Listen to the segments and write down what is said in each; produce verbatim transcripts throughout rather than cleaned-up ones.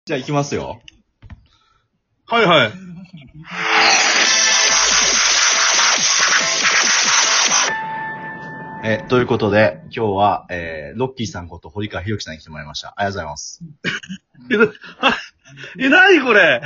じゃあ行きますよ。 はいはい。 え、ということで、今日は、えー、ロッキーさんこと堀川博樹さんに来てもらいました。ありがとうございます。 え、なにこれ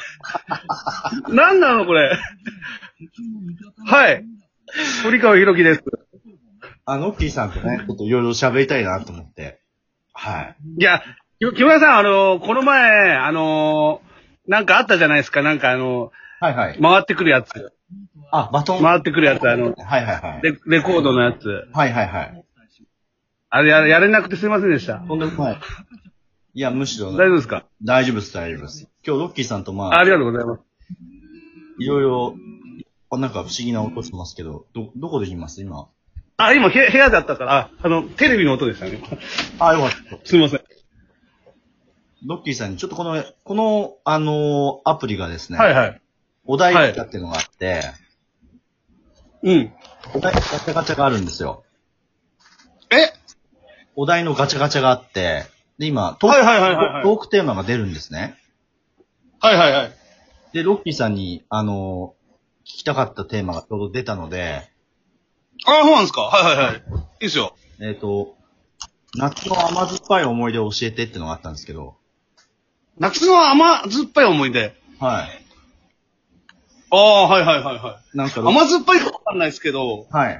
なんなのこれはい。堀川博樹です。 あ、ロッキーさんとね、ちょっといろいろ喋りたいなと思って。はい。 いや、木村さん、あのー、この前、あのー、なんかあったじゃないですか。なんかあのー、はいはい。 回ってくるやつ。 あ、バトン。 回ってくるやつ、あの、 はいはいはい。 レ、レコードのやつ。 はいはいはい。 あれや、やれなくてすいませんでした。 とんでもない。いや、むしろ、 大丈夫ですか？ 大丈夫です、大丈夫です。今日ロッキーさんとまあ、 ありがとうございます。 いろいろ、なんか不思議な音してますけど、ど、どこで言います今。 あ、今、部屋だったから、あの、テレビの音でしたね。 あ、よかった。 すいません。 ロッキーさんに、ちょっとこの、この、あのー、アプリがですね、 はいはい。 お題ガチャっていうのがあって、 うん。 お題ガチャガチャがあるんですよ。 えお題のガチャガチャがあって、で、今、トーク、 はいはいはいはいはいトークテーマが出るんですね。 はいはいはい。 で、ロッキーさんに、あのー、聞きたかったテーマがちょうど出たので、 あ、そうなんですか？はいはいはい。いいっすよ。 えっと、夏の甘酸っぱい思い出を教えてってのがあったんですけど、 夏の甘酸っぱい思い出。 はい。 ああ、はいはいはいはい。 なんか、 甘酸っぱいかわかんないですけど、 はい。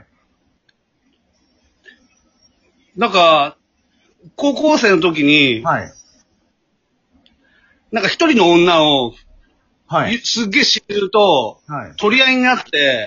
なんか、高校生の時に、 はい。 なんか一人の女を、 はい。 すっげえ知ると、 はい。 取り合いになって、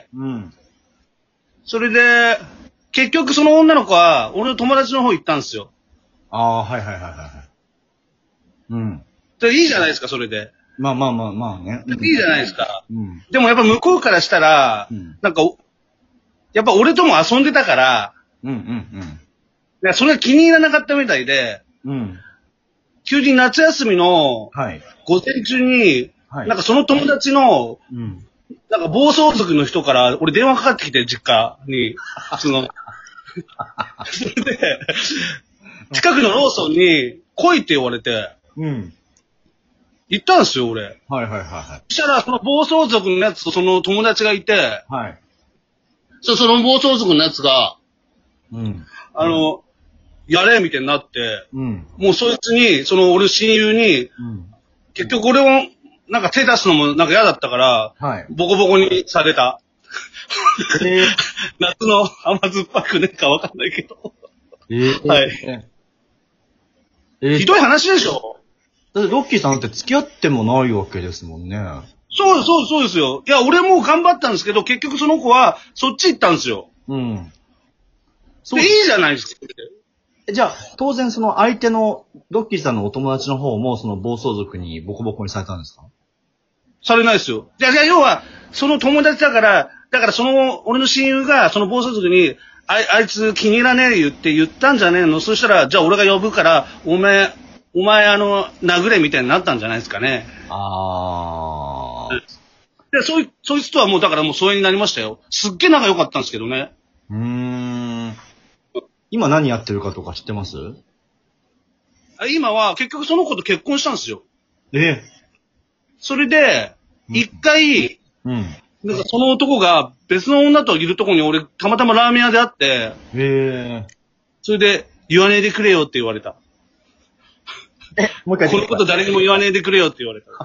うん。 それで、結局その女の子は、俺の友達の方行ったんですよ。 ああ、はいはいはいはいはい。うん。 で、いいじゃないですか、それで。 まあまあまあまあね。うん、 いいじゃないですか。 うん。 でもやっぱ向こうからしたら、 うん、 なんか、やっぱ俺とも遊んでたから、 うんうんいやそれが気に入らなかったみたいで、 うん。うん。 急に夏休みのはい。 午前中に、 はい。 なんかその友達の、 うん。 なんか暴走族の人から俺電話かかってきて、実家に。その、それで、近くのローソンに来いって言われて、 うん。 行ったんですよ、俺。 はいはいはいはい。 そしたら、その暴走族のやつとその友達がいて、 はい。 そその暴走族のやつが、 うん。 あの、やれみたいになって、 うん。 もうそいつに、その俺親友に、 うん。 結局俺を、なんか手出すのもなんか嫌だったから、 はい。 ボコボコにされた。 えー、 夏の甘酸っぱくねえかわかんないけど。 えー、 はいえー、 ひどい話でしょ？ だってロッキーさんって付き合ってもないわけですもんね。 そうそうそうですよ。いや、俺も頑張ったんですけど、結局その子はそっち行ったんですよ。 うん。 で、いいじゃないですか。 じゃあ、当然その相手の、ロッキーさんのお友達の方もその暴走族にボコボコにされたんですか？ されないですよ。じゃあ、じゃあ要は、その友達だから、だからその、俺の親友がその暴走族に、あい、あいつ気に入らねえ言って言ったんじゃねえの？そしたら、じゃあ俺が呼ぶから、お前、お前あの、殴れみたいになったんじゃないですかね。 あー。 で、そい、そいつとはもうだからもう疎遠になりましたよ。すっげえ仲良かったんですけどね。 うーん。今何やってるかとか知ってます？ 今は結局その子と結婚したんですよ。 えそれで、一回、 うん。 なんかその男が別の女といるとこに俺たまたまラーメン屋で会って、 へえ。 それで言わねえでくれよって言われた。 え、もう一回このこと誰にも言わねえでくれよって言われた。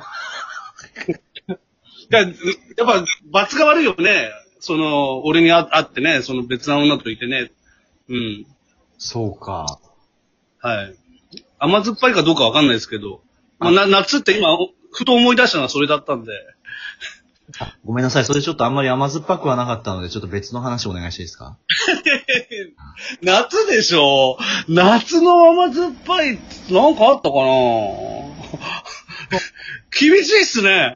やっぱ罰が悪いよね。その、俺に会ってね、その別な女といてね。うん。 そうか。 はい。甘酸っぱいかどうかわかんないですけど、まあ、な夏って今、ふと思い出したのはそれだったんで。 ごめんなさい。それちょっとあんまり甘酸っぱくはなかったので、ちょっと別の話お願いしていいですか？ 夏でしょ？夏の甘酸っぱいってなんかあったかな？厳しいっすね。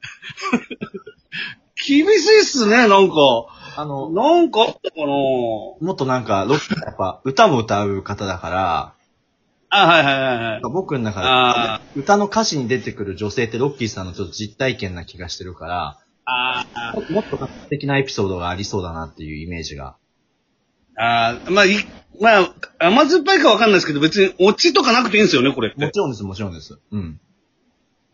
厳しいっすね、なんか。 あの、 なんかあったかな？ もっとなんか、ロッキーやっぱ歌も歌う方だから、 あ、はいはいはいはい。 僕の中で歌の歌詞に出てくる女性ってロッキーさんのちょっと実体験な気がしてるから、 ああ、 もっと素敵なエピソードがありそうだなっていうイメージが。 ああ、まあ、い、まあ、甘酸っぱいかわかんないですけど、別にオチとかなくていいんですよね、これって。 もちろんです、もちろんです。うん。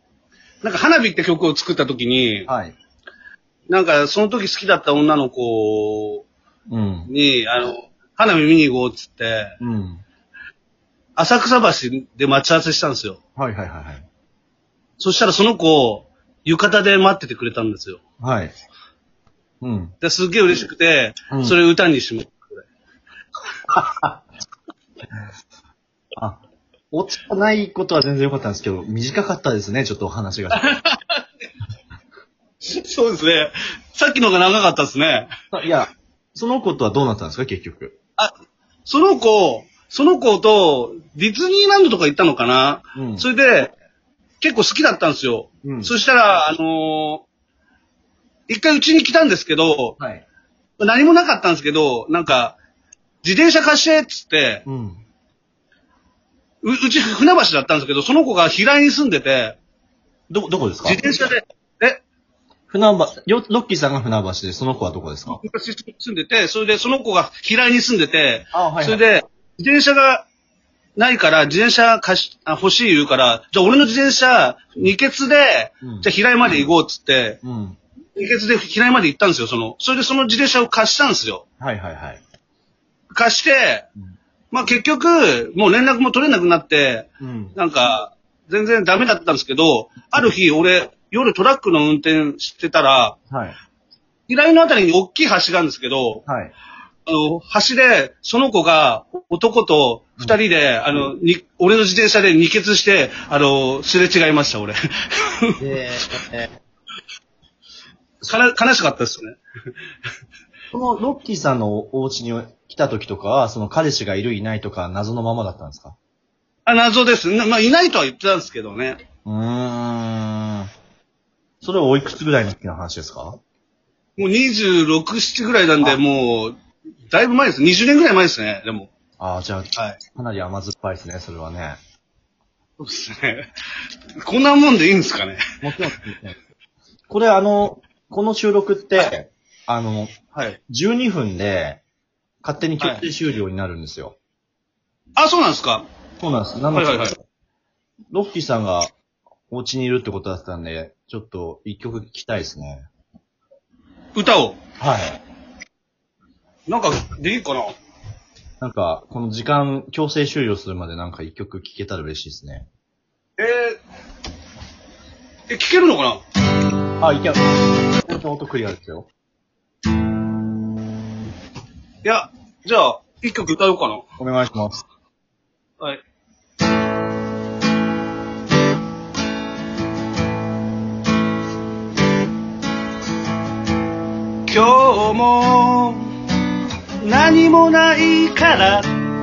なんか花火って曲を作った時に、 はい。 なんかその時好きだった女の子に、うん、あの、花火見に行こうっつって、うん、浅草橋で待ち合わせしたんですよ。 はいはいはいはい。 そしたらその子、浴衣で待っててくれたんですよ。 はい。うん。 ですっげえ嬉しくて、うん、それを歌にしまった。 あ、落ちないことは全然良かったんですけど、短かったですね、ちょっとお話が。 そうですね。さっきのが長かったですね。 いや、その子とはどうなったんですか、結局。 あ、その子、その子とディズニーランドとか行ったのかな、うん、それで、結構好きだったんですよ。うん、そしたら、あのー、一回うちに来たんですけど、はい、何もなかったんですけど、なんか、自転車貸してっつって、うん、う、うち船橋だったんですけど、その子が平井に住んでて、 ど、どこですか？ 自転車で、え船橋、ロッキーさんが船橋で、その子はどこですか？ 昔住んでて、それでその子が平井に住んでて、 あ、はいはい、 それで、自転車がないから、自転車貸し、あ、欲しい言うから、じゃあ俺の自転車、二欠で、うん、じゃあ平井まで行こうっつって、うん、二欠で平井まで行ったんですよ、その。それでその自転車を貸したんですよ。 はいはいはい。 貸して、うん、まあ結局、もう連絡も取れなくなって、うん、なんか、全然ダメだったんですけど、ある日、俺、夜トラックの運転してたら、はい、平井のあたりに大きい橋があるんですけど、はい、あの、橋で、その子が男と二人で、うん、あの、に、俺の自転車で二欠して、あの、すれ違いました、俺。えーえー、かな、悲しかったですね。 そのロッキーさんのお家に来た時とかは、その彼氏がいるいないとか謎のままだったんですか？ あ、謎です。まあ、いないとは言ってたんですけどね。 うーん。それはおいくつぐらいの時の話ですか？もうにじゅうろく、ななぐらいなんで、もう、だいぶ前です。にじゅうねんぐらい前ですね、でも。 ああ、じゃあ、はい、かなり甘酸っぱいですね、それはね。 そうですね。こんなもんでいいんですかね。 もちろん。これあの、この収録って、はい、あの、はい、じゅうにふんで、勝手に強制終了になるんですよ。 はい、あ、そうなんですか？ そうなんです。なので、はいはいはい、ロッキーさんがお家にいるってことだったんで、ちょっと一曲聴きたいですね。 歌を？ はい。 なんか、でいいかな？ なんか、この時間、強制終了するまでなんか一曲聴けたら嬉しいですね。 えー、え、聴けるのかな？あ、いける。本当音クリアですよ。 いや、じゃあ、一曲歌おうかな。 お願いします。 はい。今日も何もないから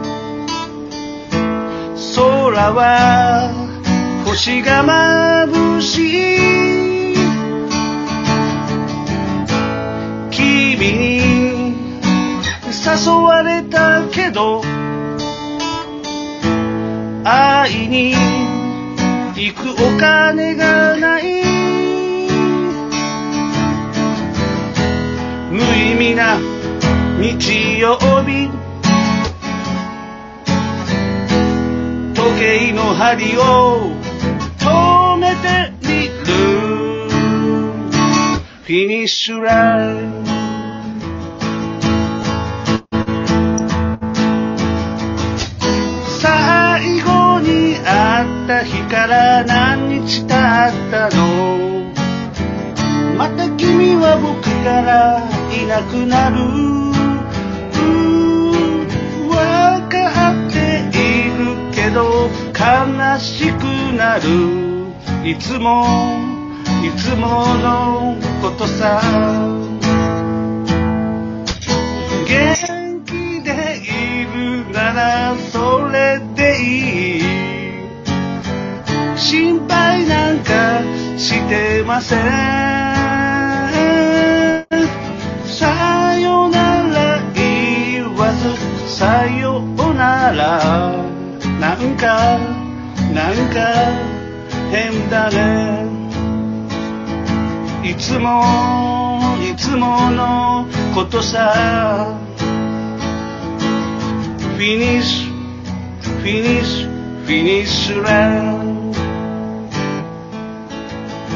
空は星が眩しい君に誘われたけど会いに行くお金がない無意味な日曜日時計の針を止めてみるフィニッシュライン最後に会った日から何日経ったのまた君は僕からいなくなるわかっているけど悲しくなるいつもいつものことさ元気でいるならそれでいい心配なんかしてませんさよなら言わずさよならなんかなんか変だねいつもいつものことさフィニッシュフィニッシュフィニッシュラン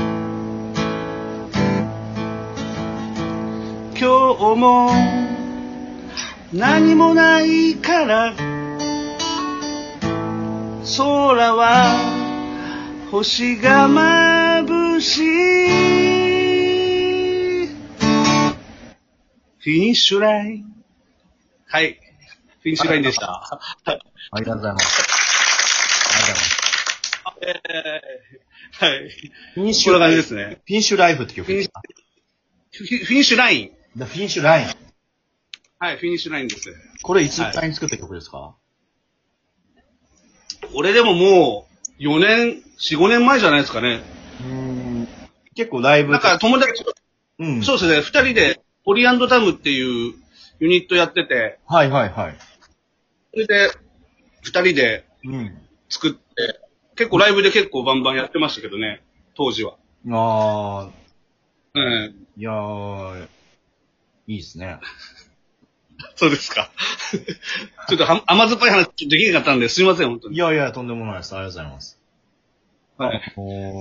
今日も何もないから空は星が眩しい。フィニッシュライン。はい。フィニッシュラインでした。 ありがとうございます。ありがとうございます。 えー、はい。 フィニッシュこんな感じですね。 フィニッシュライフって曲ですか？ フィニッシュライン。 フィニッシュライン。 はい、フィニッシュラインです。 これいつぐらいに作った曲ですか？はい、 俺でももうよねん、よん、ごねんまえじゃないですかね。 うーん。結構ライブ。 なんか友達と、うん、そうですね、二人でオリアンドタムっていうユニットやってて。 はいはいはい。 それで、二人で作って、うん、結構ライブで結構バンバンやってましたけどね、当時は。 ああ。 うん。 いやー、いいですね。 そうですか。ちょっとは甘酸っぱい話できなかったんで、すいません、本当に。 いやいや、とんでもないです。ありがとうございます。 はい。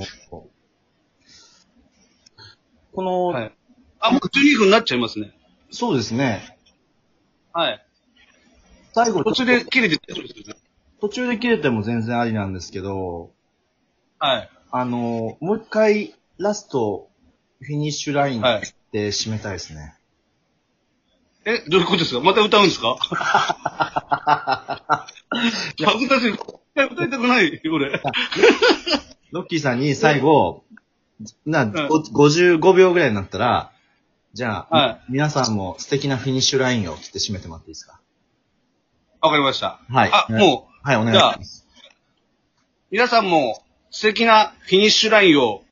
この、はい、 あ、もうじゅうにふんになっちゃいますね。 そうですね。 はい。 最後、 途中で切れて、 途中で切れても全然ありなんですけど、 はい。 あの、もう一回、ラスト、フィニッシュラインって締めたいですね。 はい、え、どういうことですか？また歌うんですか？恥ずかしい。歌いたくない、俺。 ロッキーさんに最後、な、はい、ごじゅうごびょうぐらいになったら、じゃあ、はい、皆さんも素敵なフィニッシュラインを切って締めてもらっていいですか？ わかりました。 はい。 あ、もう。 はい、お願いします。 皆さんも素敵なフィニッシュラインを